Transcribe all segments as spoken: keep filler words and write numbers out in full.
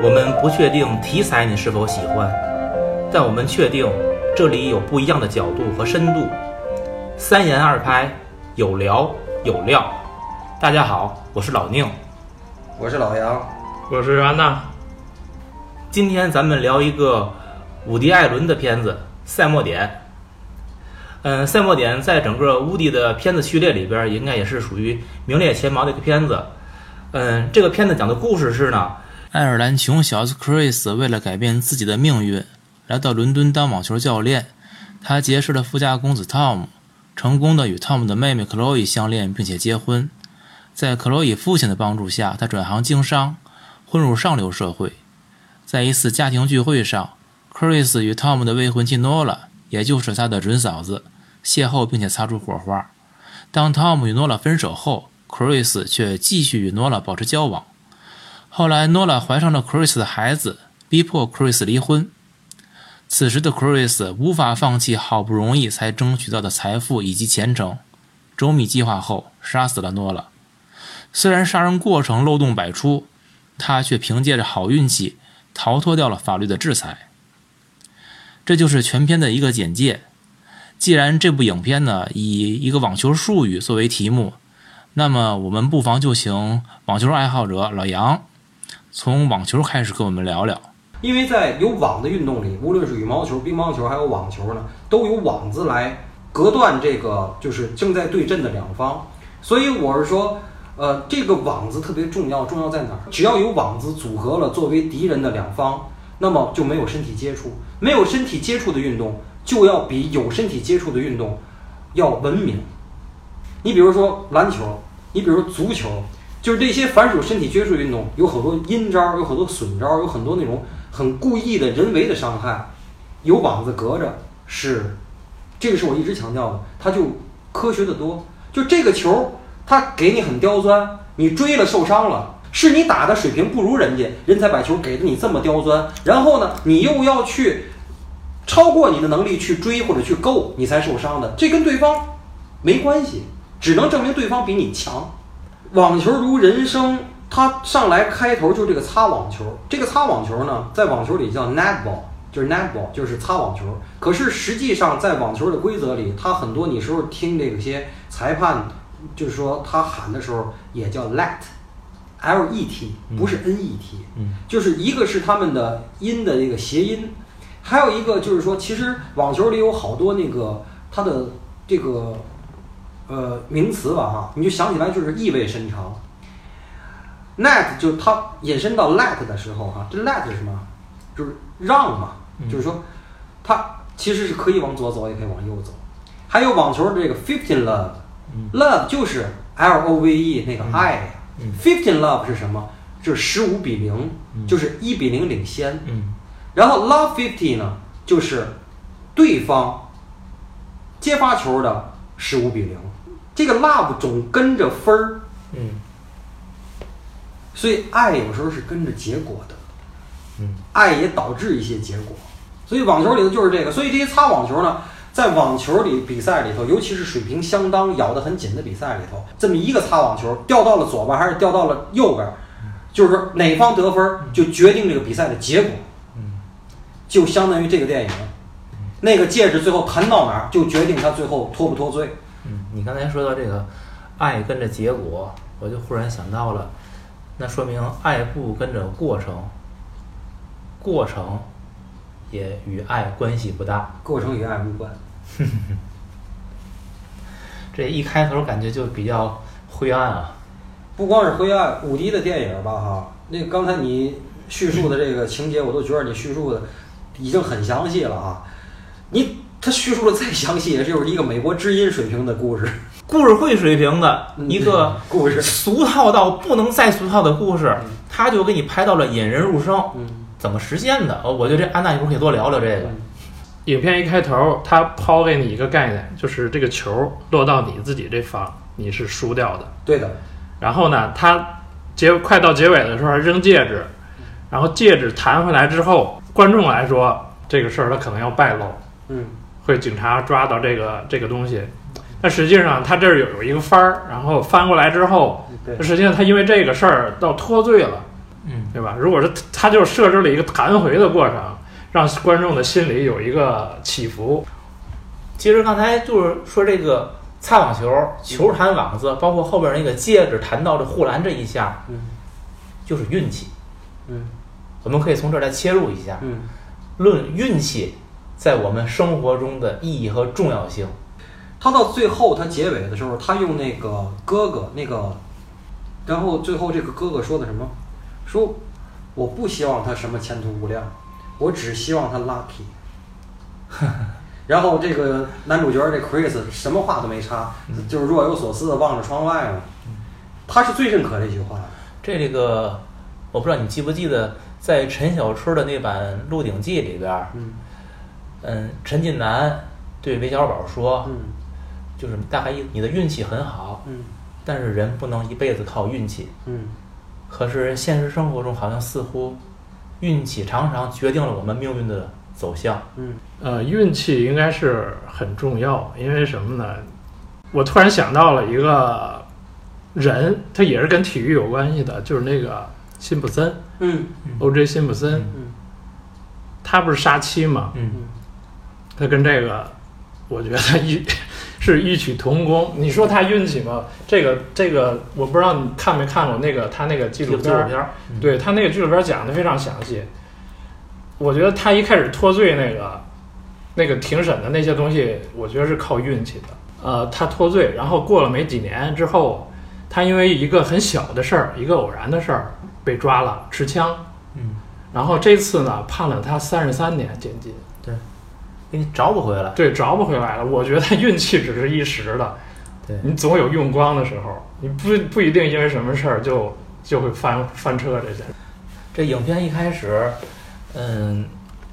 我们不确定题材你是否喜欢，但我们确定这里有不一样的角度和深度，三言二拍，有聊有料。大家好，我是老宁， 我是老杨， 我是安娜。 今天咱们聊一个伍迪·艾伦的片子《赛默点》。嗯，《赛默点》在整个乌迪的片子序列里边，应该也是属于名列前茅的一个片子。嗯，这个片子讲的故事是呢，爱尔兰穷小子 Chris 为了改变自己的命运，来到伦敦当网球教练。他结识了富家公子 Tom， 成功的与 Tom 的妹妹 Chloe 相恋，并且结婚。在 Chloe 父亲的帮助下，他转行经商，混入上流社会。在一次家庭聚会上， Chris 与 Tom 的未婚妻 Nola， 也就是他的准嫂子，邂逅并且擦出火花。当 Tom 与 Nola 分手后， Chris 却继续与 Nola 保持交往。后来 Nola 怀上了 Chris 的孩子，逼迫 Chris 离婚。此时的 Chris 无法放弃好不容易才争取到的财富以及前程，周密计划后杀死了 Nola。 虽然杀人过程漏洞百出，他却凭借着好运气逃脱掉了法律的制裁。这就是全片的一个简介。既然这部影片呢以一个网球术语作为题目，那么我们不妨就请网球爱好者老杨从网球开始跟我们聊聊。 因为在有网的运动里，无论是羽毛球、乒乓球还有网球呢，都有网子来隔断这个就是正在对阵的两方。所以我是说呃，这个网子特别重要，重要在哪儿？只要有网子组合了作为敌人的两方，那么就没有身体接触。没有身体接触的运动就要比有身体接触的运动要文明。你比如说篮球，你比如说足球，就是这些凡是有身体接触运动，有很多阴招，有很多损招，有很多那种很故意的人为的伤害。有网子隔着，是这个是我一直强调的，它就科学的多。就这个球它给你很刁钻，你追了受伤了，是你打的水平不如人家，人才把球给的你这么刁钻，然后呢你又要去超过你的能力去追或者去够，你才受伤的。这跟对方没关系，只能证明对方比你强。网球如人生，它上来开头就这个擦网球。这个擦网球呢，在网球里叫 netball， 就是 netball 就是擦网球。可是实际上在网球的规则里，它很多你时候听这些裁判就是说他喊的时候也叫 let L E T， 不是 N E T， 嗯， 就是一个是他们的音的这个谐音，还有一个就是说，其实网球里有好多那个它的这个呃名词吧哈，你就想起来就是意味深长。net 就它引申到 let 的时候哈，这 let 是什么？就是让嘛， 嗯、 就是说它其实是可以往左走，也可以往右走。还有网球的这个 fifteen love，love、嗯、就是 L O V E 那个爱。 嗯、 fifteen love 是什么？就是十五比零、 嗯，就是一比零领先。 嗯， 然后 love fifty 呢，就是对方接发球的十五比零。这个 love 总跟着分儿。 嗯， 所以爱有时候是跟着结果的。 嗯， 爱也导致一些结果。所以网球里头就是这个。所以这些擦网球呢，在网球里比赛里头，尤其是水平相当咬得很紧的比赛里头，这么一个擦网球掉到了左边还是掉到了右边，就是说哪方得分就决定这个比赛的结果。 嗯， 就相当于这个电影，那个戒指最后弹到哪儿，就决定他最后脱不脱罪。 嗯，你刚才说到这个爱跟着结果，我就忽然想到了，那说明爱不跟着过程，过程也与爱关系不大， 过程与爱无关。 这一开头感觉就比较灰暗啊。 不光是灰暗，伍迪的电影吧哈，那刚才你叙述的这个情节，我都觉得你叙述的已经很详细了啊。你他叙述的再详细，也就是一个美国知音水平的故事， 故事会水平的一个故事， 俗套到不能再俗套的故事，他就给你拍到了引人入胜。 嗯， 怎么实现的？我觉得这安娜一会儿可以多聊聊这个。 嗯， 影片一开头，他抛给你一个概念，就是这个球落到你自己这方，你是输掉的。 对的。 然后呢，他结快到结尾的时候还扔戒指，然后戒指弹回来之后，观众来说这个事儿他可能要败露， 嗯， 会警察抓到这个这个东西。但实际上他这儿有有一个翻儿，然后翻过来之后，实际上他因为这个事儿到脱罪了。 嗯， 对吧？如果是他就设置了一个弹回的过程，让观众的心里有一个起伏。 其实刚才就是说这个擦网球、球弹网子，包括后边那个戒指弹到这护栏这一下， 嗯， 就是运气。 嗯， 我们可以从这儿来切入一下， 嗯， 论运气在我们生活中的意义和重要性。 他到最后，他结尾的时候，他用那个哥哥那个，然后最后这个哥哥说的什么？说我不希望他什么前途无量，我只希望他 lucky。然后这个男主角这 Chris 什么话都没插， 嗯、 就是若有所思的望着窗外嘛。他是最认可这句话的。 这这个我不知道你记不记得，在陈小春的那版《鹿鼎记》里边， 嗯嗯，陈近南对韦小宝说， 嗯， 就是大概意你的运气很好， 嗯， 但是人不能一辈子靠运气， 嗯， 可是现实生活中好像似乎运气常常决定了我们命运的走向。 嗯， 呃，运气应该是很重要，因为什么呢？我突然想到了一个人，他也是跟体育有关系的，就是那个辛普森， 嗯 ，O J 辛普森， 嗯， 他不是杀妻嘛， 嗯， 他跟这个，我觉得异是异曲同工。你说他运气吗？这个这个，我不知道你看没看过那个他那个纪录片儿， 嗯、 对他那个纪录片讲的非常详细。我觉得他一开始脱罪那个那个庭审的那些东西，我觉得是靠运气的。呃，他脱罪，然后过了没几年之后，他因为一个很小的事儿，一个偶然的事儿被抓了，持枪。 嗯， 然后这次呢，判了他三十三年监禁。 对，给你找不回来。 对，找不回来了。我觉得运气只是一时的， 对， 你总有用光的时候，你不不一定因为什么事儿就就会翻翻车这些。 这影片一开始，嗯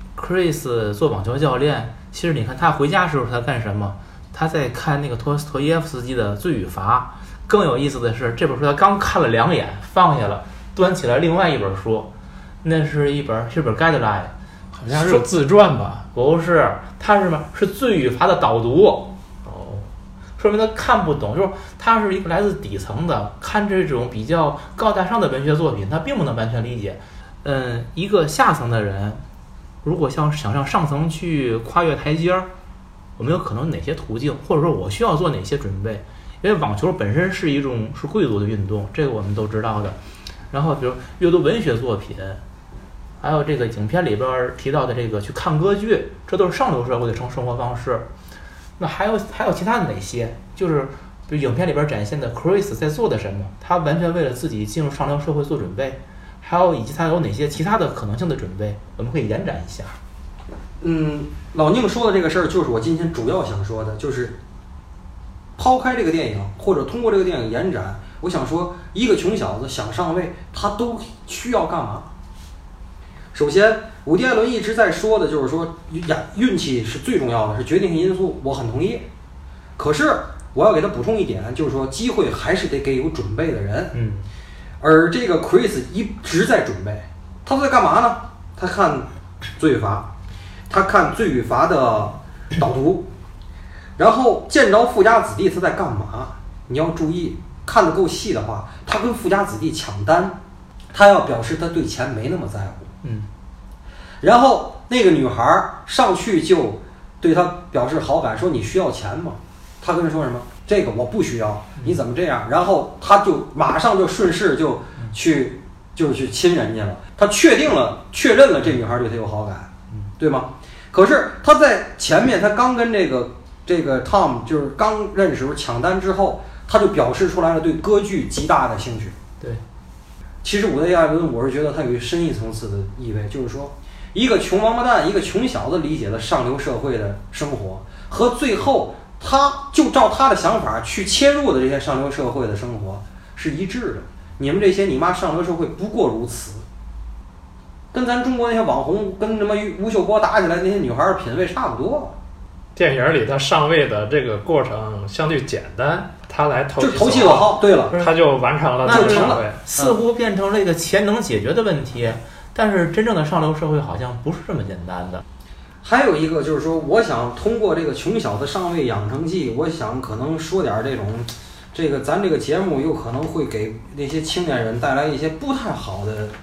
，Chris 做网球教练，其实你看他回家时候他干什么？他在看那个托斯托耶夫斯基的《罪与罚》。更有意思的是，这本书他刚看了两眼，放下了，端起来另外一本书，那是一本是一本 guideline， 好像是自传吧？ 不是，他是什么？是《罪与罚》的导读。哦，说明他看不懂，就是他是一个来自底层的，看这种比较高大上的文学作品，他并不能完全理解。嗯，一个下层的人，如果想想让上层去跨越台阶儿，我们有可能哪些途径，或者说我需要做哪些准备？因为网球本身是一种是贵族的运动，这个我们都知道的。然后比如阅读文学作品，还有这个影片里边提到的这个去看歌剧，这都是上流社会的生生活方式。那还有还有其他的哪些？就是比如影片里边展现的 Chris 在做的什么？他完全为了自己进入上流社会做准备，还有以及他有哪些其他的可能性的准备？我们可以延展一下。 嗯，老宁说的这个事儿，就是我今天主要想说的，就是抛开这个电影，或者通过这个电影延展，我想说，一个穷小子想上位，他都需要干嘛？首先，伍迪·艾伦一直在说的就是说，运气是最重要的，是决定性因素，我很同意。可是我要给他补充一点，就是说，机会还是得给有准备的人。 嗯。 而这个 Chris 一直在准备，他在干嘛呢？他看《罪与罚》，他看《罪与罚》的导读，然后见着富家子弟他在干嘛？你要注意，看得够细的话，他跟富家子弟抢单，他要表示他对钱没那么在乎。 嗯。 然后那个女孩上去就对他表示好感，说你需要钱吗？他跟他说什么？这个我不需要，你怎么这样？然后他就马上就顺势就去就去亲人家了。他确定了，确认了这女孩对他有好感，对吗？可是他在前面，他刚跟这个这个 Tom 就是刚认识时候抢单之后，他就表示出来了对歌剧极大的兴趣。 对， 其实伍迪·艾伦，我是觉得他有深一层次的意味，就是说，一个穷王八蛋，一个穷小子理解了上流社会的生活，和最后他就照他的想法去切入的这些上流社会的生活是一致的。你们这些你妈上流社会不过如此，跟咱中国那些网红跟什么吴秀波打起来那些女孩的品味差不多。 电影里他上位的这个过程相对简单，他来投就投其所好。对了， 他就完成了这个上位， 似乎变成了一个钱能解决的问题。但是真正的上流社会好像不是这么简单的。 还有一个就是说，我想通过这个穷小子上位养成记，我想可能说点这种，这个咱这个节目有可能会给那些青年人带来一些不太好的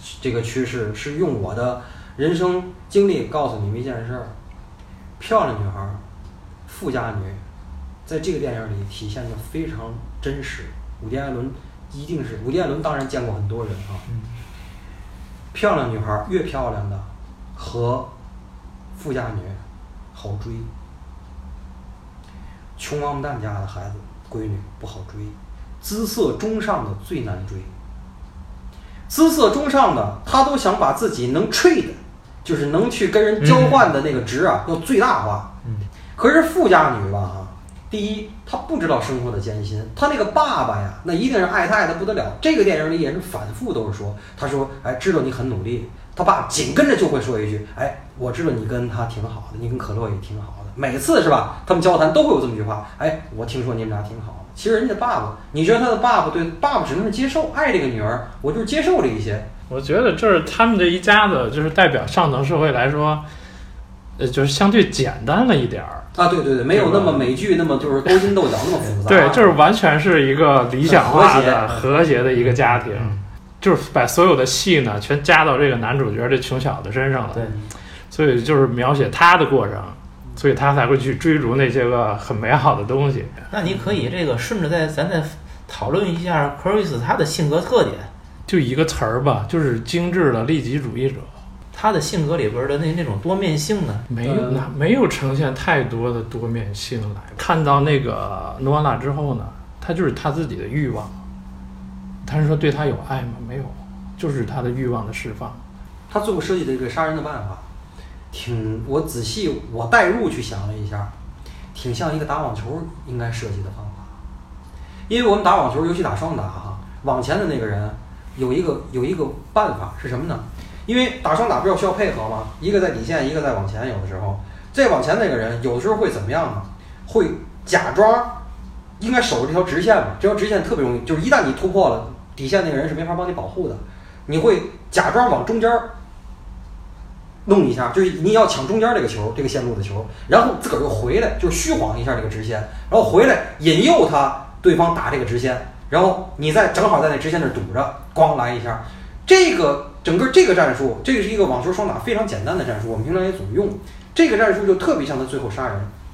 这个趋势，是用我的人生经历告诉你们一件事儿：漂亮女孩、富家女，在这个电影里体现的非常真实。伍迪·艾伦一定是，伍迪·艾伦当然见过很多人啊。漂亮女孩越漂亮的和富家女好追，穷王八蛋家的孩子闺女不好追，姿色中上的最难追。姿色中上的他都想把自己能 trade， 就是能去跟人交换的那个值啊，要最大化。可是富家女吧哈，第一她不知道生活的艰辛，她那个爸爸呀，那一定是爱她爱的不得了。这个电影里也是反复都是说，他说哎，知道你很努力，他爸紧跟着就会说一句，哎，我知道你跟他挺好的，你跟可乐也挺好的。每次是吧，他们交谈都会有这么一句话，哎，我听说你们俩挺好的。其实人家爸爸，你觉得他的爸爸对爸爸只能是接受爱这个女儿，我就是接受这一些。 我觉得这是他们这一家子，就是代表上层社会来说，呃，就是相对简单了一点儿啊，对对对，没有那么美剧那么就是勾心斗角那么复杂。 对，就是完全是一个理想化的和谐的一个家庭，嗯、就是把所有的戏呢全加到这个男主角这穷小子身上了。 对， 所以就是描写他的过程。所以他才会去追逐那些个很美好的东西。 那你可以这个顺着再咱再讨论一下克瑞斯他的性格特点， 就一个词儿吧，就是精致的利己主义者。 他的性格里边的那那种多面性呢， 没有，那没有呈现太多的多面性来。看到那个诺拉之后呢，他就是他自己的欲望。他是说对他有爱吗？没有，就是他的欲望的释放。 他最后设计的一个杀人的办法。挺，我仔细我代入去想了一下，挺像一个打网球应该设计的方法。因为我们打网球，尤其打双打哈，往前的那个人有一个有一个办法是什么呢？因为打双打不是需要配合吗？一个在底线，一个在往前。有的时候，这往前那个人有的时候会怎么样呢？会假装应该守着这条直线嘛，这条直线特别容易，就是一旦你突破了底线，那个人是没法帮你保护的。你会假装往中间弄一下，就是你要抢中间这个球，这个线路的球，然后自个儿又回来，就是虚晃一下这个直线，然后回来引诱他对方打这个直线，然后你再正好在那直线那堵着，咣来一下。这个整个这个战术，这个是一个网球双打非常简单的战术，我们平常也总用。这个战术就特别像他最后杀人，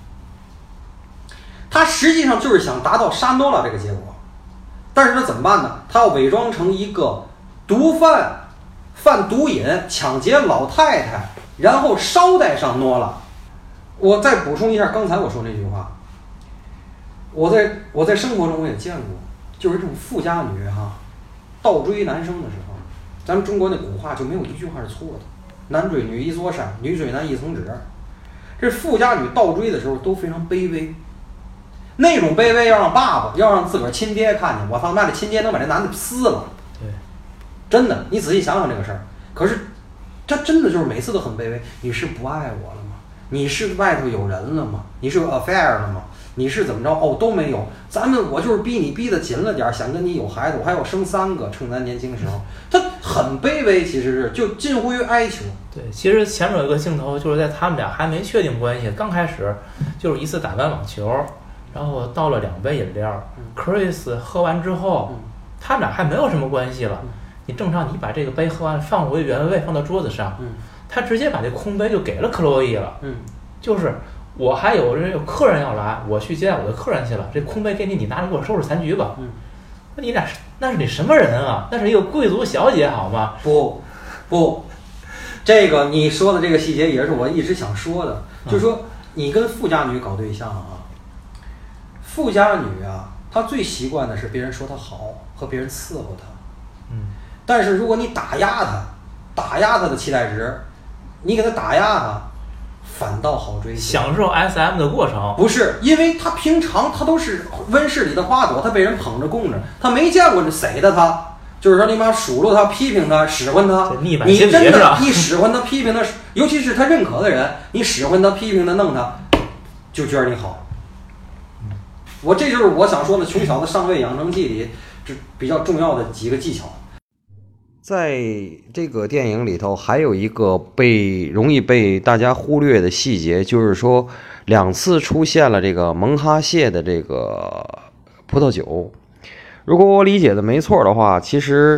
他实际上就是想达到杀诺拉这个结果，但是他怎么办呢？他要伪装成一个毒贩。贩毒瘾、抢劫老太太，然后捎带上诺拉。我再补充一下刚才我说那句话，我在我在生活中我也见过，就是这种富家女哈，倒追男生的时候，咱们中国那古话就没有一句话是错的，男追女一座山，女追男一层纸。这富家女倒追的时候都非常卑微，那种卑微要让爸爸，要让自个儿亲爹看见，我他妈的亲爹能把这男的撕了。真的，你仔细想想这个事儿。可是，这真的就是每次都很卑微。你是不爱我了吗？你是外头有人了吗？你是有 affair 了吗？你是怎么着？哦，都没有。咱们我就是逼你逼得紧了点，想跟你有孩子，我还要生三个，趁咱年轻的时候。他很卑微，其实是就近乎于哀求。 对，其实前面有一个镜头，就是在他们俩还没确定关系，刚开始就是一次打完网球，然后倒了两杯饮料， 嗯、 Chris 喝完之后， 嗯、 他们俩还没有什么关系了。 嗯你正常，你把这个杯喝完，放回原位，放到桌子上。 嗯， 他直接把这空杯就给了克洛伊了。 嗯， 就是我还有人有客人要来，我去接待我的客人去了。这空杯给你，你拿着给我收拾残局吧。 嗯， 那你俩那是你什么人啊？那是一个贵族小姐好吗？ 不，不，这个你说的这个细节也是我一直想说的，嗯、就是说你跟富家女搞对象啊，富家女啊，她最习惯的是别人说她好和别人伺候她。 嗯。 但是如果你打压他，打压他的期待值，你给他打压他，反倒好追求， 享受 S M 的过程。 不是，因为他平常他都是温室里的花朵，他被人捧着供着，他没见过这谁的他，就是说你妈数落他、批评他、使唤他，你真的你使唤他、批评他，尤其是他认可的人，你使唤他、批评他、弄他，就觉得你好。我这就是我想说的《穷小子上位养成记》里这比较重要的几个技巧。在这个电影里头，还有一个被容易被大家忽略的细节，就是说两次出现了这个蒙哈谢的这个葡萄酒。如果我理解的没错的话，其实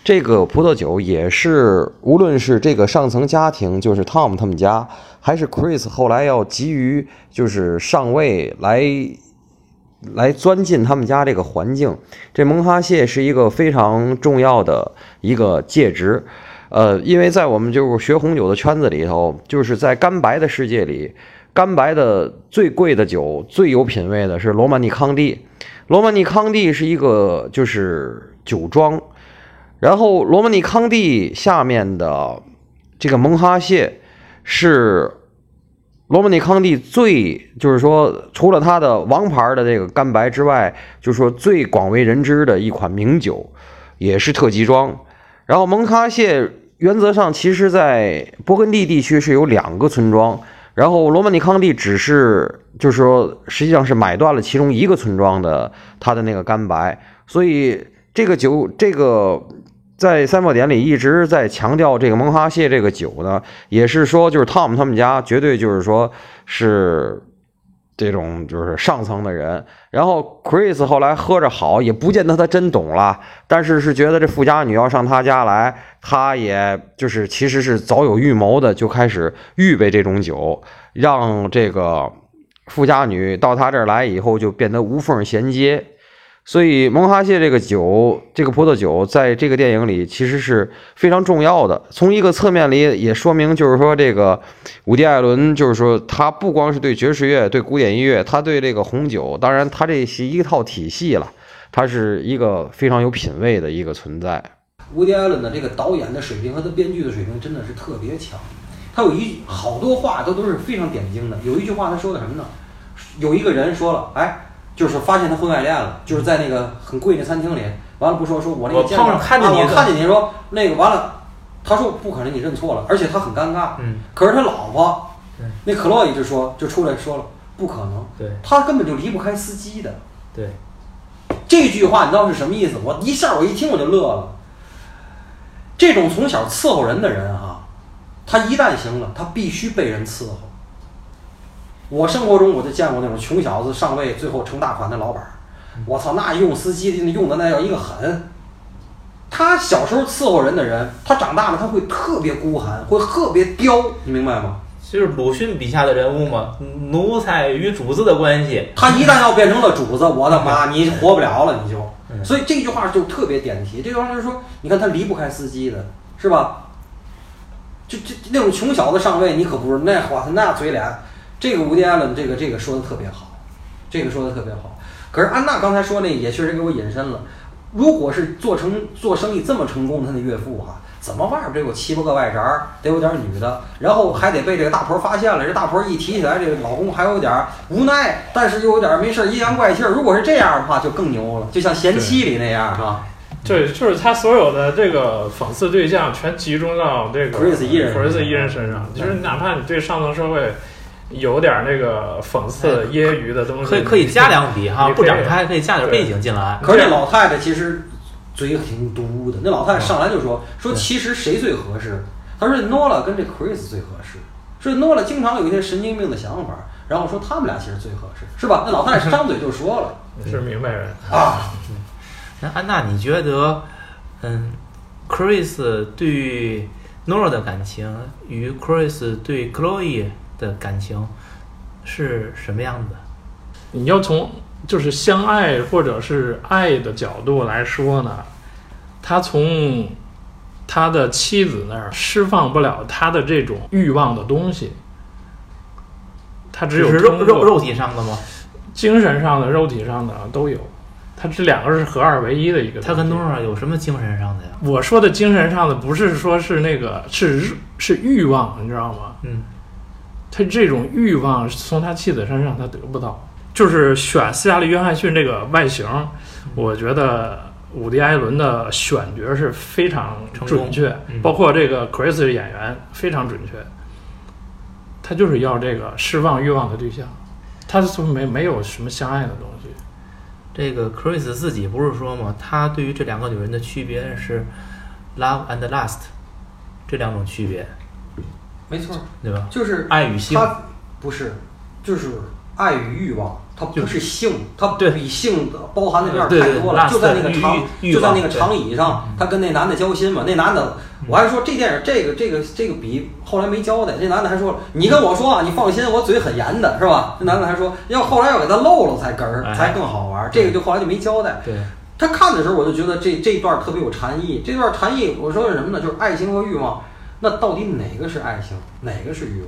这个葡萄酒也是，无论是这个上层家庭，就是 Tom 他们家，还是 Chris 后来要急于就是上位来来钻进他们家这个环境，这蒙哈谢是一个非常重要的一个介质。呃，因为在我们就是学红酒的圈子里头，就是在干白的世界里，干白的最贵的酒、最有品位的是罗曼尼康帝。罗曼尼康帝是一个就是酒庄。然后罗曼尼康帝下面的这个蒙哈谢是罗曼尼康帝最就是说除了它的王牌的这个干白之外，就是说最广为人知的一款名酒，也是特级庄。然后蒙哈谢原则上其实在勃艮第地区是有两个村庄，然后罗曼尼康帝只是就是说实际上是买断了其中一个村庄的它的那个干白，所以这个酒这个在赛末点里一直在强调这个蒙哈谢这个酒呢，也是说就是 Tom 他们家绝对就是说是这种就是上层的人。然后 Chris 后来喝着好，也不见得他真懂了，但是是觉得这富家女要上他家来，他也就是其实是早有预谋的，就开始预备这种酒，让这个富家女到他这儿来以后就变得无缝衔接。所以蒙哈谢这个酒，这个葡萄酒在这个电影里其实是非常重要的。从一个侧面里也说明，就是说这个伍迪·艾伦，就是说他不光是对爵士乐、对古典音乐，他对这个红酒，当然他这是一套体系了，他是一个非常有品位的一个存在。 伍迪·艾伦的这个导演的水平和他编剧的水平真的是特别强。他有一好多话都都是非常点睛的。有一句话他说的什么呢？有一个人说了，哎。就是发现他婚外恋了，就是在那个很贵的餐厅里，完了不说说我那个我碰上看见你、 啊，我看见你说那个完了，他说不可能你认错了，而且他很尴尬。 嗯， 可是他老婆，那克洛伊就说就出来说了，不可能， 对， 他根本就离不开司机的。 对， 这句话你知道是什么意思？我一下我一听我就乐了。这种从小伺候人的人哈，他一旦行了，他必须被人伺候。我生活中我就见过那种穷小子上位，最后成大款的老板，我操，那用司机用的那叫一个狠。他小时候伺候人的人，他长大了他会特别孤寒，会特别刁，你明白吗？ 就是鲁迅笔下的人物嘛，奴才与主子的关系。 他一旦要变成了主子，我的妈，你活不了了，你就。所以这句话就特别点题。这句话就是说，你看他离不开司机的，是吧？就这那种穷小子上位，你可不是那话，那嘴脸。这个伍迪·艾伦这个这个说的特别好，这个说的特别好。可是安娜刚才说那也确实给我引申了。如果是做成做生意这么成功的他的岳父哈、啊，怎么外边得有七八个外宅，得有点女的，然后还得被这个大婆发现了。这大婆一提起来，这个老公还有点无奈，但是又有点没事阴阳怪气。如果是这样的话，就更牛了，就像《贤妻》里那样哈。 对，就是他所有的这个讽刺对象全集中到这个 Chris 一人 Chris 一人身上，就是哪怕你对上层社会有点那个讽刺揶揄的东西， 可以可以加两笔哈，不展开可以加点背景进来。 可是那老太太其实嘴挺毒的，那老太太上来就说说其实谁最合适？她说诺拉跟这 Chris 最合适，说诺拉经常有一些神经病的想法，然后说他们俩其实最合适，是吧？那老太太张嘴就说了， 是明白人啊。 那安娜，你觉得，嗯 ，Chris 对 Nora 的感情与 Chris 对 Chloe 的感情是什么样的？ 你要从就是相爱或者是爱的角度来说呢，他从他的妻子那儿释放不了他的这种欲望的东西，他只有是肉肉肉体上的吗？ 精神上的、肉体上的都有。他这两个是合二为一的一个。 他跟诺尔有什么精神上的呀？ 我说的精神上的不是说是那个是是欲望，你知道吗？ 嗯， 他这种欲望从他妻子身上他得不到。就是选斯嘉丽·约翰逊这个外形，嗯、我觉得伍迪·艾伦的选角是非常准确， 嗯、 包括这个 Chris 的演员非常准确。他就是要这个释放欲望的对象，他是没没有什么相爱的东西。 这个 Chris 自己不是说吗？他对于这两个女人的区别是 love and lust 这两种区别， 没错， 对吧？ 就是爱与性， 他不是，就是爱与欲望， 它不是性，它对比性包含的有点对对太多了。就在那个欲长， 欲就在那个欲望长椅上，他跟那男的交心嘛。那男的，我还说这电影这个这个这个比后来没交代。这男的还说了，你跟我说啊，你放心，我嘴很严的，是吧？这男的还说，要后来要给他漏了才哏儿，才更好玩。这个就后来就没交代。 对。 他看的时候，我就觉得这这一段特别有禅意。这段禅意，我说是什么呢？就是爱情和欲望。那到底哪个是爱情，哪个是欲望？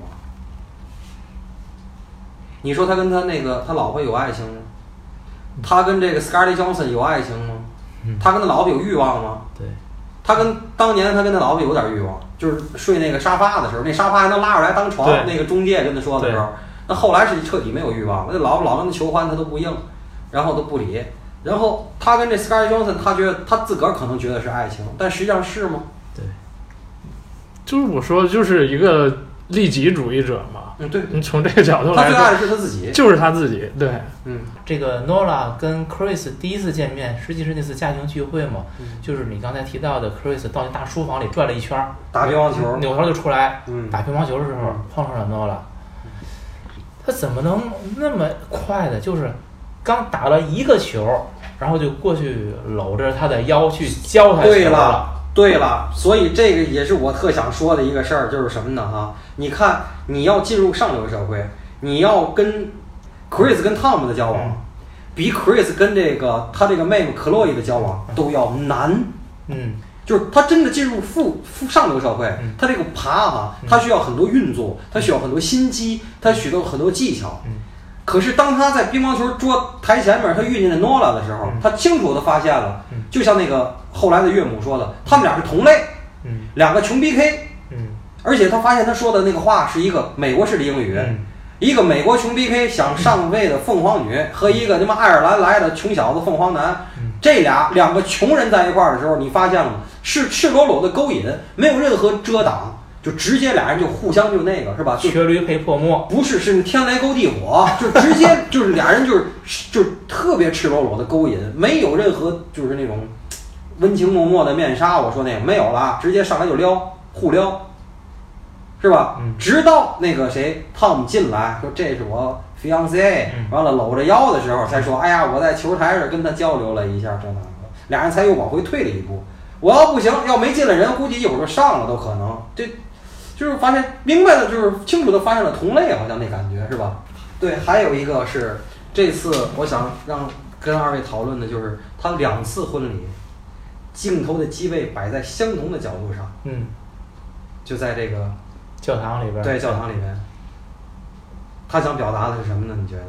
你说他跟他那个他老婆有爱情吗？他跟这个 Scarlett Johansson 有爱情吗？他跟他老婆有欲望吗？ 对。 他跟当年他跟他老婆有点欲望，就是睡那个沙发的时候，那沙发还能拉出来当床。那个中介跟他说的时候，那后来是彻底没有欲望了。那老婆老跟他求欢，他都不应，然后都不理。然后他跟这 Scarlett Johansson， 他觉得他自个儿可能觉得是爱情，但实际上是吗？ 对。 就是我说，就是一个利己主义者嘛。 嗯，对。 你从这个角度来说， 他最爱的是他自己， 就是他自己。对， 嗯， 这个 Nola 跟 Chris 第一次见面，实际是那次家庭聚会嘛，嗯、就是你刚才提到的 Chris 到那大书房里转了一圈， 打乒乓球， 扭头就出来， 嗯， 打乒乓球的时候碰上了 Nola，、嗯、他怎么能那么快的，就是刚打了一个球，然后就过去搂着他的腰去教他球了。 对了。对了，所以这个也是我特想说的一个事儿，就是什么呢？哈，你看，你要进入上流社会，你要跟 Chris 跟 Tom 的交往，嗯、比 Chris 跟这个他这个妹妹 Chloe 的交往都要难。 嗯， 就是他真的进入富富上流社会， 嗯、 他这个爬哈，他需要很多运作，他需要很多心机，他需要很多技巧。 嗯， 可是当他在乒乓球桌台前面，他遇见了 Nola 的时候，他清楚地发现了， 嗯、 就像那个后来的岳母说的，他们俩是同类， 嗯、 两个穷 B K， 嗯、 而且他发现他说的那个话是一个美国式的英语， 嗯、 一个美国穷 B K 想上位的凤凰女、嗯、和一个他妈爱尔兰来的穷小子凤凰男， 嗯、 这俩两个穷人在一块儿的时候，你发现了吗？是赤裸裸的勾引，没有任何遮挡。就直接俩人就互相就那个是吧？ 缺驴配破墨， 不是是天雷勾地火，就直接就是俩人就是就是特别赤裸裸的勾引，没有任何就是那种温情脉脉的面纱。我说那个没有了，直接上来就撩互撩，是吧？ 嗯、 直到那个谁汤姆进来说这是我 fiance，、嗯、完了搂着腰的时候才说，哎呀，我在球台上跟他交流了一下这那个，俩人才又往回退了一步。我要不行，要没进来人，估计一会儿就上了都可能。这。就是发现明白的，就是清楚的发现了同类，好像那感觉是吧？对，还有一个是这次我想让跟二位讨论的就是他两次婚礼，镜头的机位摆在相同的角度上， 嗯， 就在这个教堂里边， 对，教堂里面，他想表达的是什么呢？你觉得？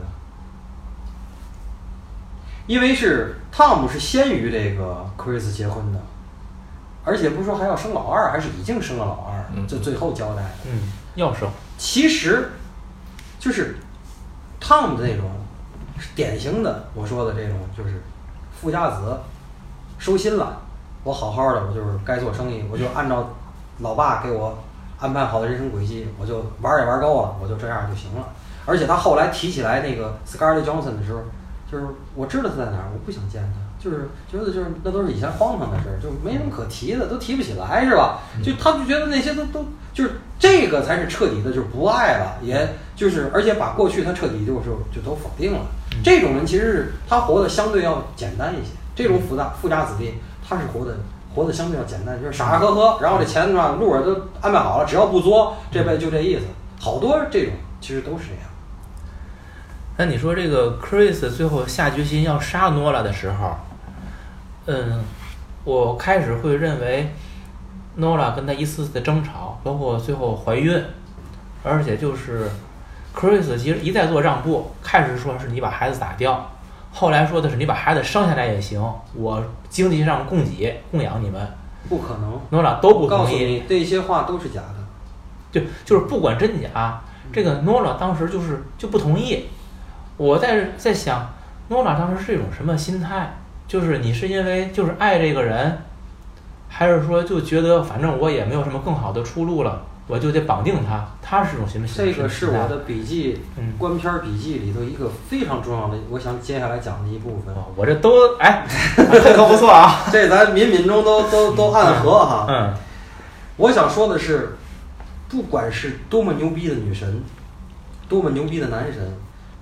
因为是汤姆是先于这个 Chris 结婚的。而且不是说还要生老二，还是已经生了老二， 嗯、 这最后交代的。 嗯，要生。 其实，就是汤姆的那种典型的，我说的这种就是富家子，收心了，我好好的，我就是该做生意，我就按照老爸给我安排好的人生轨迹，我就玩也玩够了，我就这样就行了。而且他后来提起来那个 Scarlett Johansson 的时候，就是我知道他在哪儿，我不想见他。就是觉得就是那都是以前荒唐的事儿，就没什么可提的，都提不起来，是吧？就他就觉得那些都都就是这个才是彻底的，就是不爱了，也就是而且把过去他彻底就是就都否定了。这种人其实是他活得相对要简单一些，这种富大富家子弟他是活得活得相对要简单，就是傻傻呵呵，然后这钱呢路上都安排好了，只要不作，这辈子就这意思。好多这种其实都是这样。 那你说这个 Chris 最后下决心要杀诺拉的时候，嗯，我开始会认为诺拉跟他一次次的争吵，包括最后怀孕，而且就是 Chris 其实一再做让步，开始说是你把孩子打掉，后来说的是你把孩子生下来也行，我经济上供给供养你们， 不可能， 诺拉都不同意。 告诉你，这些话都是假的。 就就是不管真假，这个诺拉当时就是就不同意。我在在想，诺拉当时是一种什么心态？就是你是因为就是爱这个人，还是说就觉得反正我也没有什么更好的出路了，我就得绑定他？他是种什么心态？ 这个是我的笔记， 嗯， 观片笔记里头一个非常重要的，我想接下来讲的一部分。 哦、我这都哎，这可不错啊， 这咱敏敏中都都都暗合哈。 嗯， 我想说的是，不管是多么牛逼的女神，多么牛逼的男神。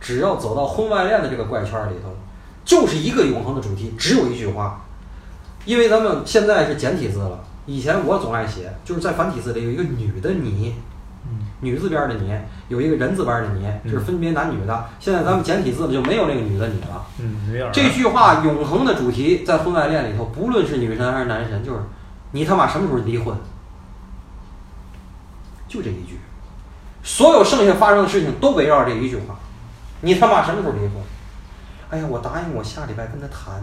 只要走到婚外恋的这个怪圈里头，就是一个永恒的主题，只有一句话。因为咱们现在是简体字了，以前我总爱写，就是在繁体字里有一个女的你， 嗯， 女字边的你，有一个人字边的你，是分别男女的。现在咱们简体字就没有那个女的你了。 嗯，没有。 这句话永恒的主题在婚外恋里头，不论是女神还是男神，就是你他妈什么时候离婚？就这一句，所有剩下发生的事情都围绕这一句话，你他妈什么时候离婚？哎呀，我答应我下礼拜跟他谈。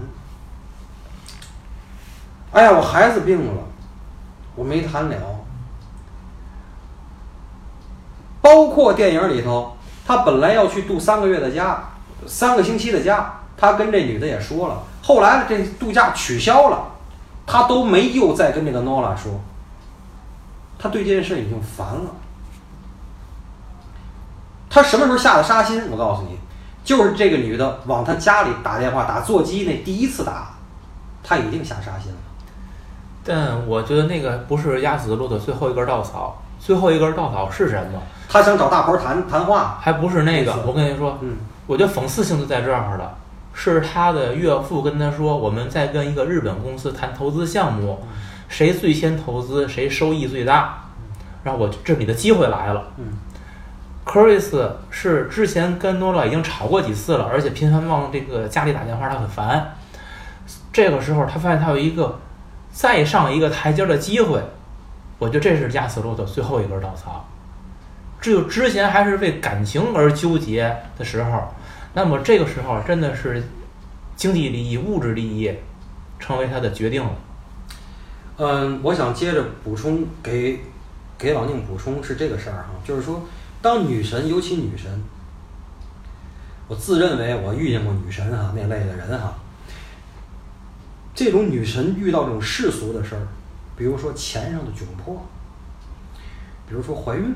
哎呀，我孩子病了，我没谈了。包括电影里头，他本来要去度三个月的假，三个星期的假，他跟这女的也说了，后来这度假取消了，他都没有再跟这个 Nola 说，他对这件事已经烦了。他什么时候下的杀心？我告诉你，就是这个女的往他家里打电话，打座机那第一次打，他已经下杀心了。 但我觉得那个不是压死骆驼最后一根稻草，最后一根稻草是什么？ 他想找大婆谈谈话， 还不是那个。我跟你说， 嗯， 我觉得讽刺性就在这儿了。是他的岳父跟他说，我们在跟一个日本公司谈投资项目，谁最先投资谁收益最大。然后我这里的机会来了。 嗯 ，Chris 是之前跟诺拉已经吵过几次了，而且频繁往这个家里打电话，他很烦。这个时候他发现他有一个再上一个台阶的机会，我觉得这是压死骆驼最后一根稻草。只有之前还是为感情而纠结的时候，那么这个时候真的是经济利益、物质利益成为他的决定了。 嗯，我想接着补充给给老宁补充是这个事儿哈，就是说，当女神，尤其女神，我自认为我遇见过女神哈那类的人哈，这种女神遇到这种世俗的事儿，比如说钱上的窘迫，比如说怀孕，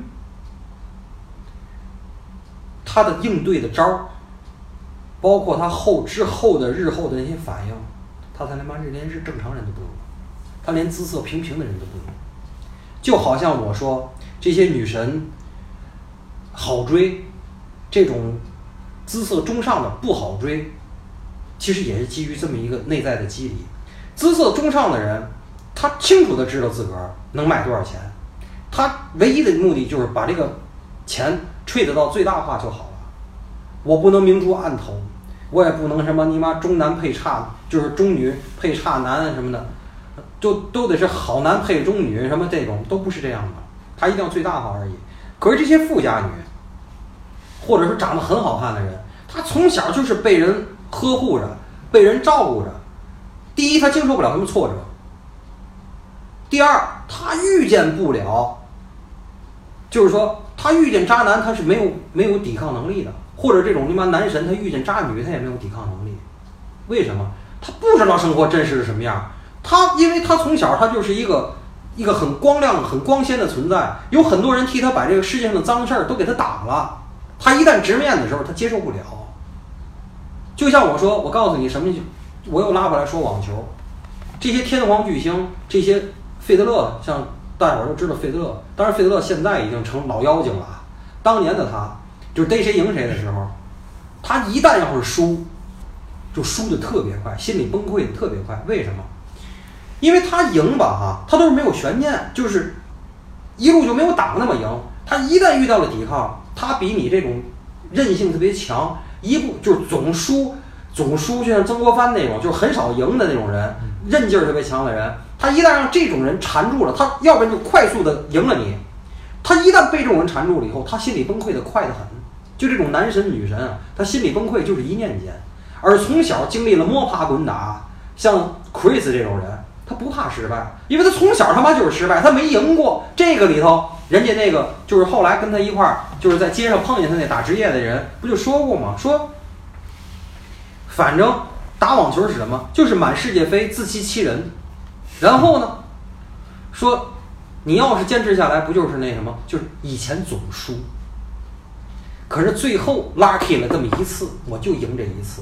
她的应对的招儿，包括她后之后的日后的那些反应，她才他妈这连是正常人都不如，她连姿色平平的人都不如。就好像我说这些女神好追，这种姿色中上的不好追，其实也是基于这么一个内在的机理。姿色中上的人，他清楚的知道自个儿能卖多少钱，他唯一的目的就是把这个钱吹得到最大化就好了。我不能明珠暗投，我也不能什么你妈中男配差，就是中女配差男什么的，就都得是好男配中女什么这种，都不是这样的，他一定要最大化而已。可是这些富家女，或者说长得很好看的人，他从小就是被人呵护着，被人照顾着。第一，他经受不了什么挫折；第二，他预见不了，就是说他遇见渣男他是没有没有抵抗能力的，或者这种他妈男神他遇见渣女他也没有抵抗能力。为什么？他不知道生活真实是什么样。他因为他从小他就是一个一个很光亮很光鲜的存在，有很多人替他把这个世界上的脏事儿都给他挡了，他一旦直面的时候他接受不了。就像我说，我告诉你什么，我又拉回来说网球，这些天皇巨星，这些费德勒，像大伙儿都知道费德勒，当然费德勒现在已经成老妖精了，当年的他就是逮谁赢谁的时候，他一旦要是输就输得特别快，心理崩溃的特别快。为什么？因为他赢吧哈，他都是没有悬念，就是一路就没有打那么赢。他一旦遇到了抵抗，他比你这种韧性特别强，一步就是总输总输，就像曾国藩那种就是很少赢的那种人，韧劲儿特别强的人，他一旦让这种人缠住了，他要不然就快速的赢了你。他一旦被这种人缠住了以后，他心理崩溃的快得很。就这种男神女神啊，他心理崩溃就是一念间。而从小经历了摸爬滚打，像 Chris 这种人，他不怕失败，因为他从小他妈就是失败，他没赢过。这个里头，人家那个就是后来跟他一块儿，就是在街上碰见他那打职业的人，不就说过吗？说，反正打网球是什么？就是满世界飞，自欺欺人。然后呢，说你要是坚持下来，不就是那什么？就是以前总输，可是最后 lucky 了这么一次，我就赢这一次。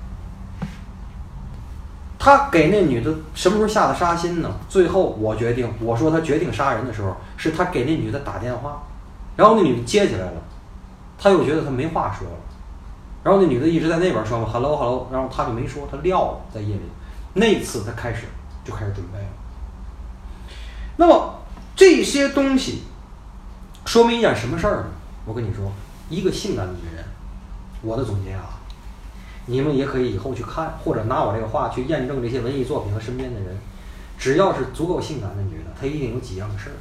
他给那女的什么时候下的杀心呢？最后我决定，我说他决定杀人的时候，是他给那女的打电话，然后那女的接起来了，他又觉得他没话说了， 然后那女的一直在那边说嘛 hello hello， 然后他就没说，他撂了在夜里。那次他开始就开始准备了。那么这些东西说明一件什么事儿呢？我跟你说，一个性感的女人，我的总结啊，你们也可以以后去看，或者拿我这个话去验证这些文艺作品和身边的人，只要是足够性感的女的，她一定有几样事儿：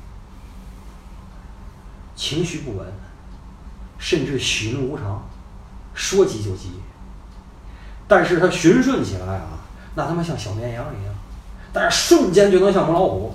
情绪不稳，甚至喜怒无常，说急就急。但是她循顺起来啊，那他妈像小绵羊一样，但是瞬间就能像母老虎。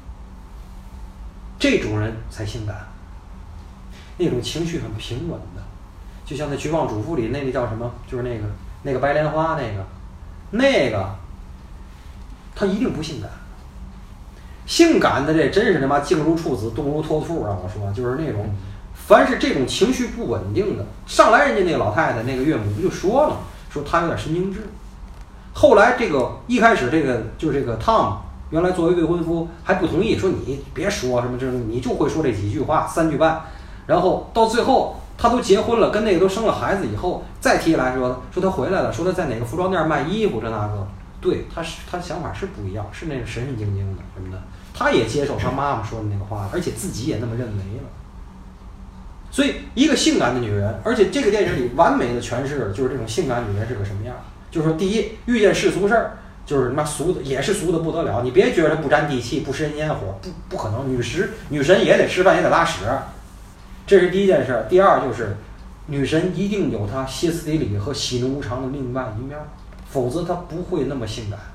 这种人才性感，那种情绪很平稳的，就像在《绝望主妇》里那个叫什么，就是那个那个白莲花那个，那个，他一定不性感。性感的这真是他妈静如处子，动如脱兔，让我说，就是那种，凡是这种情绪不稳定的，上来人家那个老太太那个岳母不就说了，说她有点神经质。后来这个一开始这个就是这个 Tom。原来作为未婚夫还不同意，说你别说什么这，你就会说这几句话，三句半，然后到最后他都结婚了，跟那个都生了孩子以后，再提来说说他回来了，说他在哪个服装店卖衣服这那个，对，他是他想法是不一样，是那个神神经经的什么的，他也接受他妈妈说的那个话，而且自己也那么认为了。所以一个性感的女人，而且这个电影里完美的诠释了就是这种性感女人是个什么样，就是说第一，遇见世俗事儿。就是他妈俗的，也是俗的不得了。你别觉得不沾地气，不食人烟火，不不可能。女神女神也得吃饭，也得拉屎，这是第一件事。第二就是，女神一定有她歇斯底里和喜怒无常的另外一面，否则她不会那么性感。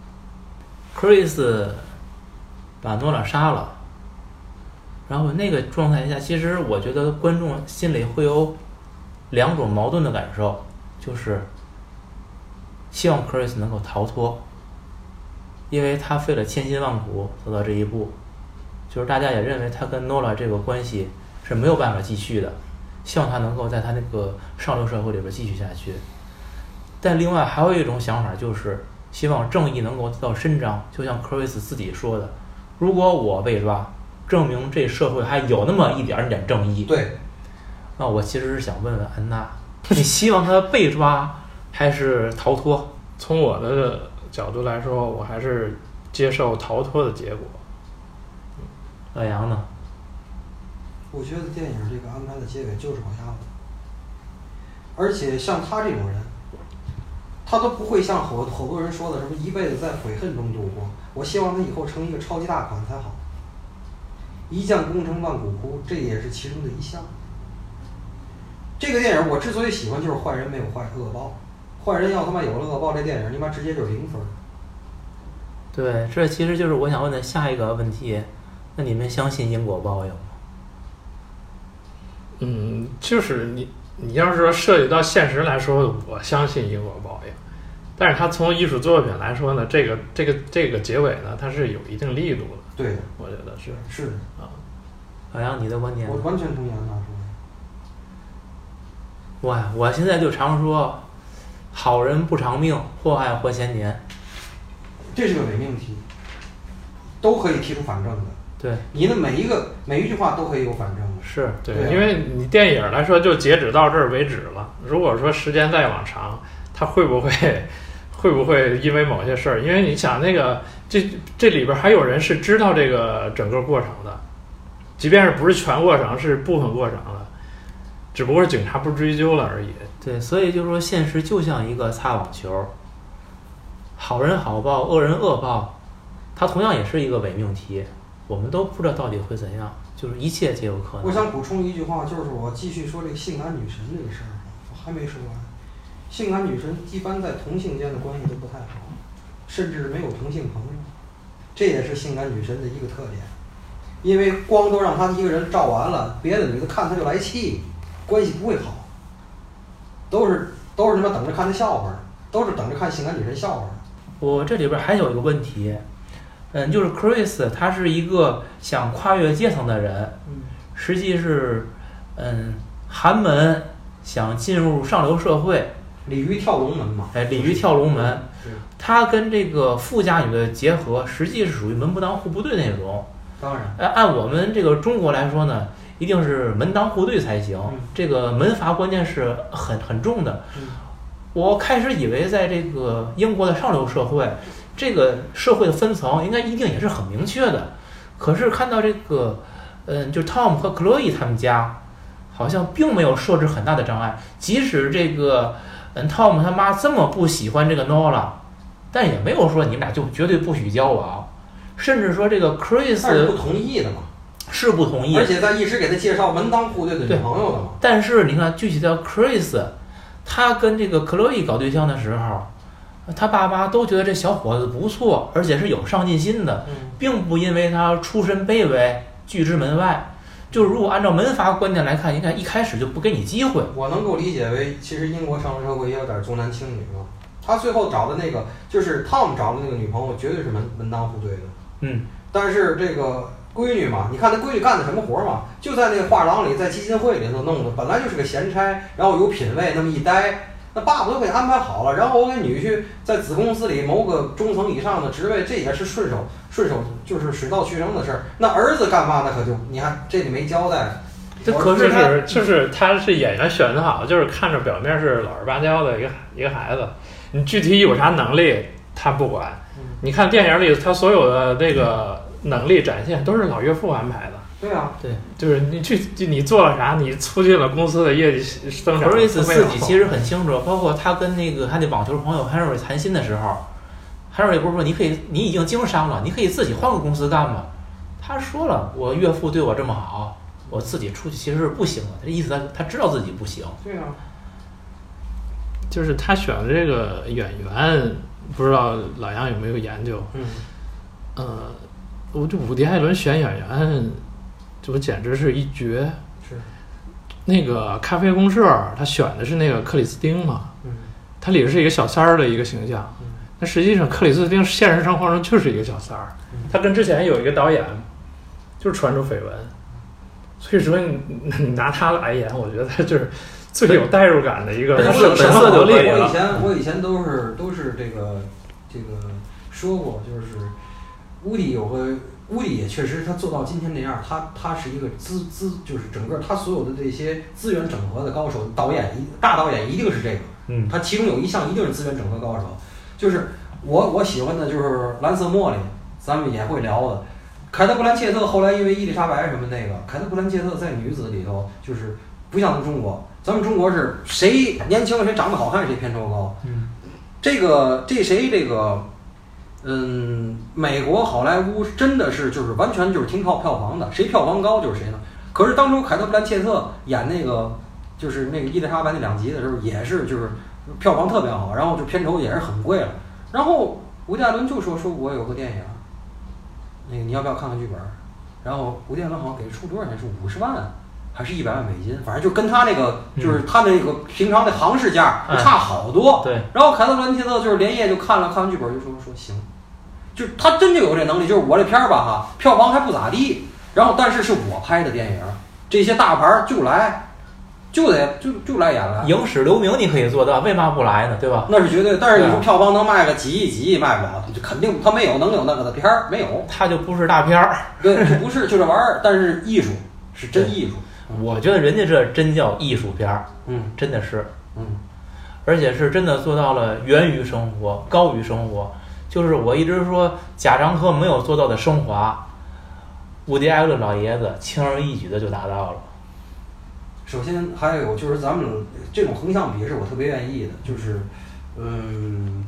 Chris 把诺拉杀了，然后那个状态下，其实我觉得观众心里会有两种矛盾的感受，就是希望 Chris 能够逃脱，因为他费了千辛万苦走到这一步，就是大家也认为他跟 Nola 这个关系是没有办法继续的，希望他能够在他那个上流社会里边继续下去。但另外还有一种想法，就是希望正义能够得到伸张，就像 Chris 自己说的，如果我被抓，证明这社会还有那么一点点正义。 对， 那我其实是想问问安娜，你希望他被抓还是逃脱？ 从我的角度来说，我还是接受逃脱的结果。 老杨呢？ 我觉得电影这个安排的结尾就是好样的，而且像他这种人，他都不会像好好多人说的什么一辈子在悔恨中度过。我希望他以后成一个超级大款才好。一将功成万骨枯，这也是其中的一项。这个电影我之所以喜欢，就是坏人没有坏恶报。坏人要他妈有了恶报，这电影你妈直接就是零分。 对，这其实就是我想问的下一个问题。那你们相信因果报应吗？ 嗯，就是你你要是说涉及到现实来说，我相信因果报应。但是它从艺术作品来说呢，这个这个这个结尾呢，它是有一定力度的。 对， 我觉得是是的啊。 老杨，你的观点？ 我完全同意安娜说的。 我我现在就常说，好人不长命，祸害活千年。 这是个伪命题，都可以提出反证的。 对， 你的每一个每一句话都可以有反证的。 是对， 对啊、 因为你电影来说就截止到这儿为止了。如果说时间再往长，它会不会会不会因为某些事儿？因为你想那个这这里边还有人是知道这个整个过程的，即便是不是全过程，是部分过程的，只不过是警察不追究了而已。 对，所以就是说，现实就像一个擦网球，好人好报，恶人恶报，它同样也是一个伪命题，我们都不知道到底会怎样，就是一切皆有可能。 我想补充一句话，就是我继续说这个性感女神这个事儿，我还没说完。性感女神一般在同性间的关系都不太好，甚至没有同性朋友，这也是性感女神的一个特点。因为光都让她一个人照完了，别的女的看她就来气，关系不会好。都是都是他妈等着看她笑话，都是等着看性感女神笑话。 我这里边还有一个问题，嗯，就是 Chris 他是一个想跨越阶层的人， 嗯， 实际是，嗯，寒门想进入上流社会。 鲤鱼跳龙门嘛， 哎，鲤鱼跳龙门， 对， 他跟这个富家女的结合，实际是属于门不当户不对那种。 当然， 呃，按我们这个中国来说呢，一定是门当户对才行。 嗯、 这个门阀观念是很很重的。 嗯、 我开始以为在这个英国的上流社会，这个社会的分层应该一定也是很明确的。可是看到这个，嗯，就 Tom 和 Chloe 他们家，好像并没有设置很大的障碍。即使这个，嗯 ，Tom 他妈这么不喜欢这个 Nola， 但也没有说你们俩就绝对不许交往。甚至说这个 Chris 是不同意的嘛， 是不同意， 而且在一直给他介绍门当户对的女朋友的嘛。 但是你看，具体到 Chris， 他跟这个 Chloe 搞对象的时候，他爸妈都觉得这小伙子不错，而且是有上进心的， 嗯、 并不因为他出身卑微拒之门外。就是如果按照门阀观念来看，应该一开始就不给你机会。 我能够理解为，其实英国上流社会也有点重男轻女嘛。他最后找的那个，就是 Tom 找的那个女朋友，绝对是门门当户对的。 嗯， 但是这个闺女嘛，你看那闺女干的什么活嘛？就在那个画廊里，在基金会里头弄的，本来就是个闲差，然后有品位，那么一待，那爸爸都给安排好了，然后我给女婿在子公司里谋个中层以上的职位，这也是顺手顺手就是水到渠成的事儿。那儿子干嘛那可就你看这里没交代。 这可是他就是他是演员选的好，就是看着表面是老实巴交的一个一个孩子，你具体有啥能力他不管。你看电影里他所有的这个能力展现都是老岳父安排的。 对啊， 对， 就是你去你做了啥，你促进了公司的业绩增长。 Chris 自己其实很清楚，包括他跟那个他那网球朋友 Henry 谈心的时候 ，Henry 不是说你可以，你已经经商了，你可以自己换个公司干嘛？他说了，我岳父对我这么好，我自己出去其实是不行的。这意思他他知道自己不行。 对啊， 就是他选的这个演员，不知道老杨有没有研究？ 嗯， 呃，我这伍迪·艾伦选演员，就简直是一绝。 是。 那个咖啡公社，他选的是那个克里斯汀嘛？ 嗯。 他里是一个小三儿的一个形象。 嗯。 那实际上克里斯汀现实生活中就是一个小三儿。 嗯。 他跟之前有一个导演，就是传出绯闻。所以说你你拿他来演，我觉得他就是最有代入感的一个。 本色本色就可以了。 我以前我以前都是都是这个这个说过，就是乌迪有个乌迪也确实他做到今天这样，他他是一个资资就是整个他所有的这些资源整合的高手，导演一大导演一定是这个， 嗯， 他其中有一项一定是资源整合高手，就是我我喜欢的就是蓝色茉莉，咱们也会聊的。凯特·布兰切特后来因为伊丽莎白什么那个，凯特·布兰切特在女子里头就是不像咱们中国，咱们中国是谁年轻谁长得好看谁片酬高。 嗯， 这个这谁这个，嗯，美国好莱坞真的是就是完全就是听靠票房的，谁票房高就是谁呢。可是当初凯特·布兰切特演那个就是那个伊丽莎白那两集的时候，也是就是票房特别好，然后就片酬也是很贵了。然后伍迪·艾伦就说说我有个电影。那个你要不要看看剧本？然后吴建伦好像给出多少钱？是五十万还是一百万美金？反正就跟他那个、嗯、就是他那个平常的行市价差好多。 对。 然后凯特·布兰切特就是连夜就看了看完剧本，就说说行，就是他真就有这能力。就是我这片儿吧哈，票房还不咋地，然后但是是我拍的电影，这些大牌就来。就得就就来演了， 影史留名你可以做到，为嘛不来呢？对吧？ 那是绝对，但是你说票房能卖个几亿几亿卖不了，就肯定他没有能有那个的片儿，没有， 他就不是大片儿， 对，就不是就这玩意儿，但是艺术是真艺术， 我觉得人家这真叫艺术片儿， 嗯， 真的是， 嗯， 而且是真的做到了源于生活，高于生活，就是我一直说贾樟柯没有做到的升华，伍迪·艾伦老爷子轻而易举的就达到了。 首先还有就是咱们这种横向比是我特别愿意的，就是嗯，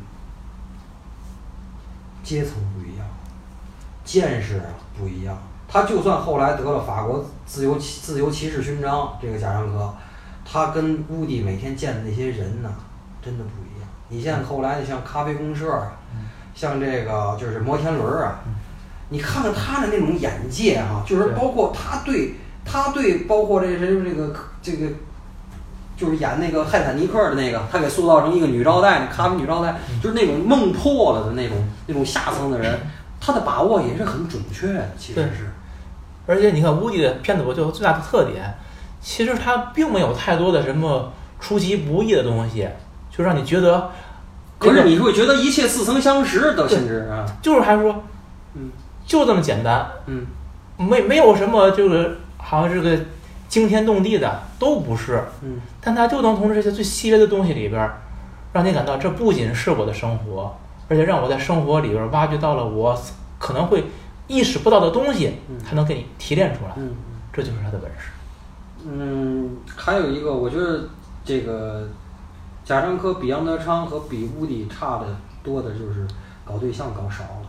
阶层不一样，见识不一样。他就算后来得了法国自由自由骑士勋章，这个贾樟柯，他跟乌迪每天见的那些人呢，真的不一样。你像后来的像咖啡公社啊，像这个就是摩天轮啊，你看看他的那种眼界啊，就是包括他对。他对包括这谁这个这个，就是演那个泰坦尼克的那个，他给塑造成一个女招待，那咖啡女招待，就是那种梦破了的那种那种下层的人，他的把握也是很准确的，其实是。 而且你看乌迪的片子，我就最大的特点，其实他并没有太多的什么出其不意的东西，就让你觉得， 可是你会觉得一切似曾相识的，甚至啊， 就是还说， 嗯， 就这么简单， 嗯。 没没有什么就是好像这个惊天动地的都不是， 嗯， 但它就能从这些最细微的东西里边，让你感到这不仅是我的生活，而且让我在生活里边挖掘到了我可能会意识不到的东西，它能给你提炼出来， 嗯， 这就是它的本事。 嗯，还有一个，我觉得这个贾樟柯比杨德昌和比乌迪差的多的就是搞对象搞少了。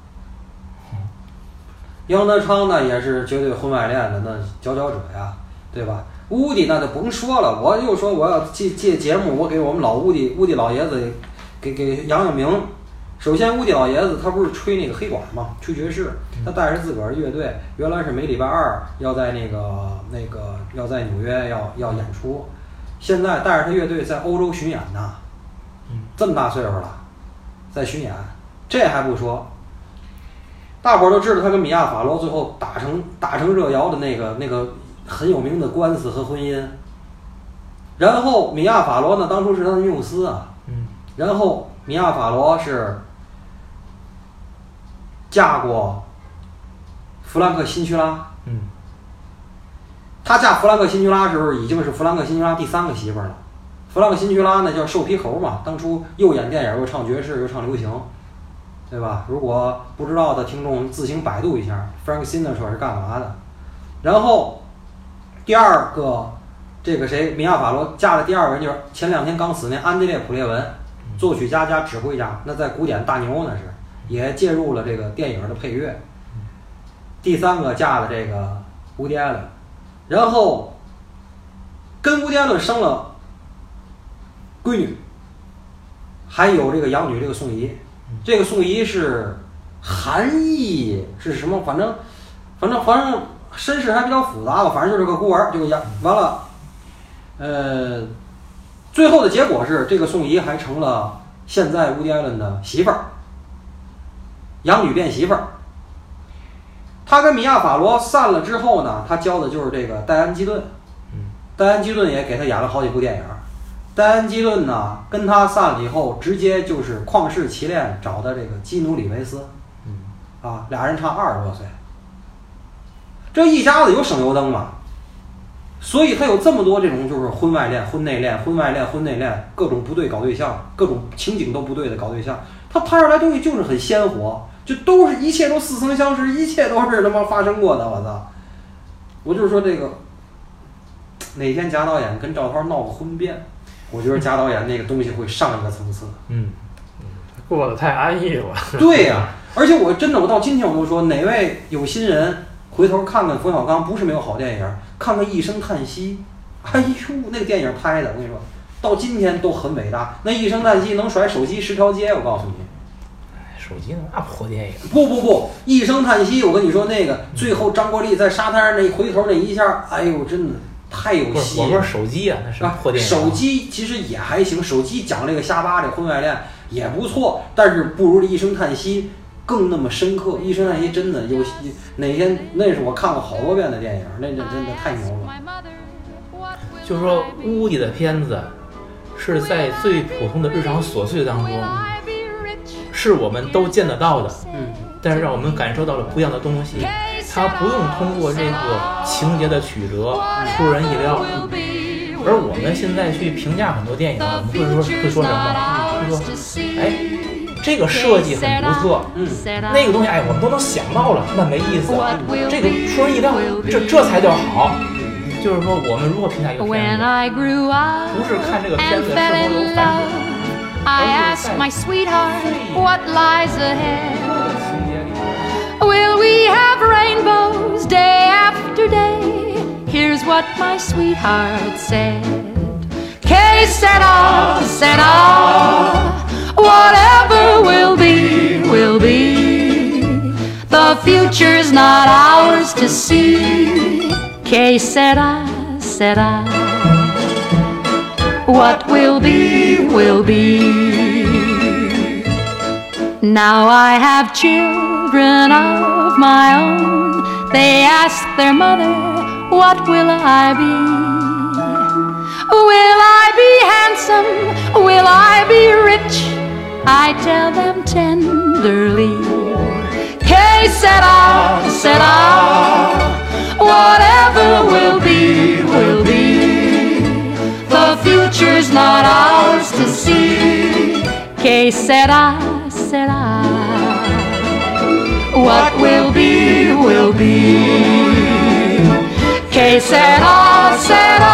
杨德昌呢也是绝对婚外恋的那佼佼者呀，对吧？乌迪那就甭说了，我又说我要借借节目，我给我们老乌迪乌迪老爷子给给扬扬名。首先，乌迪老爷子他不是吹那个黑管嘛，吹爵士，他带着自个儿乐队，原来是每礼拜二要在那个那个要在纽约要要演出，现在带着他乐队在欧洲巡演呢，这么大岁数了，在巡演，这还不说，大伙儿都知道他跟米娅法罗最后打成打成热窑的那个那个很有名的官司和婚姻，然后米娅法罗呢当初是他的缪斯啊，然后米娅法罗是嫁过弗兰克辛屈拉， 嗯， 他嫁弗兰克辛屈拉的时候已经是弗兰克辛屈拉第三个媳妇儿了。弗兰克辛屈拉呢叫瘦皮猴嘛，当初又演电影又唱爵士又唱流行，对吧？如果不知道的听众自行百度一下 Frank Sinatra 是干嘛的。然后第二个这个谁米娅法罗嫁的第二个人就是前两天刚死那安德烈普列文，作曲家加指挥家，那在古典大牛呢是也介入了这个电影的配乐。第三个嫁的这个伍迪·艾伦，然后跟伍迪·艾伦生了闺女，还有这个养女这个宋怡，这个宋怡是韩裔是什么？反正反正反正身世还比较复杂吧，反正就是个孤儿，就养完了。呃，最后的结果是这个宋怡还成了现在伍迪·艾伦的媳妇儿，养女变媳妇儿。他跟米娅法罗散了之后呢，他教的就是这个戴安基顿，戴安基顿也给他演了好几部电影。戴安基顿呢跟他散了以后，直接就是旷世奇恋找的这个基努里维斯，啊，俩人差二十多岁，这一家子有省油灯嘛，所以他有这么多这种就是婚外恋、婚内恋、婚外恋、婚内恋，各种不对搞对象，各种情景都不对的搞对象，他拍出来东西就是很鲜活。就都是一切都似曾相识，一切都是他妈发生过的，我操！我就是说这个，哪天贾导演跟赵涛闹个婚变，我觉得贾导演那个东西会上一个层次。 嗯，过得太安逸了。 对呀、啊，而且我真的，我到今天我都说，哪位有心人回头看看冯小刚，不是没有好电影，看看《一声叹息》，哎呦，那个电影拍的，我跟你说，到今天都很伟大。那《一声叹息》能甩手机十条街，我告诉你。 手机那破电影， 不不不，一声叹息，我跟你说那个最后张国立在沙滩上那一回头那一下，哎呦，真的太有戏了。 我说手机啊，那是破电影、啊。 手机其实也还行，手机讲这个瞎扒这婚外恋也不错，但是不如这一声叹息更那么深刻。一声叹息真的有哪天那是我看过好多遍的电影，那那真的太牛了。 就是说，乌迪的片子是在最普通的日常琐碎当中。是我们都见得到的， 嗯， 但是让我们感受到了不一样的东西。它不用通过这个情节的曲折出人意料，而我们现在去评价很多电影，我们会说会说什么？会说，哎，这个设计很独特，嗯，那个东西哎，我们都能想到了，那没意思。这个出人意料，这这才叫好。就是说，我们如果评价一个片子，不是看这个片子是否有反转。 I ask my sweetheart what lies ahead. Will we have rainbows day after day? Here's what my sweetheart said. Que sera, sera. Whatever will be, will be. The future's not ours to see. Que sera, sera.What will be, will be. Now I have children of my own. They ask their mother, what will I be? Will I be handsome? Will I be rich? I tell them tenderly. Que sera, sera. future's not ours to see. Que sera, sera. What will be, will be. Que sera, sera.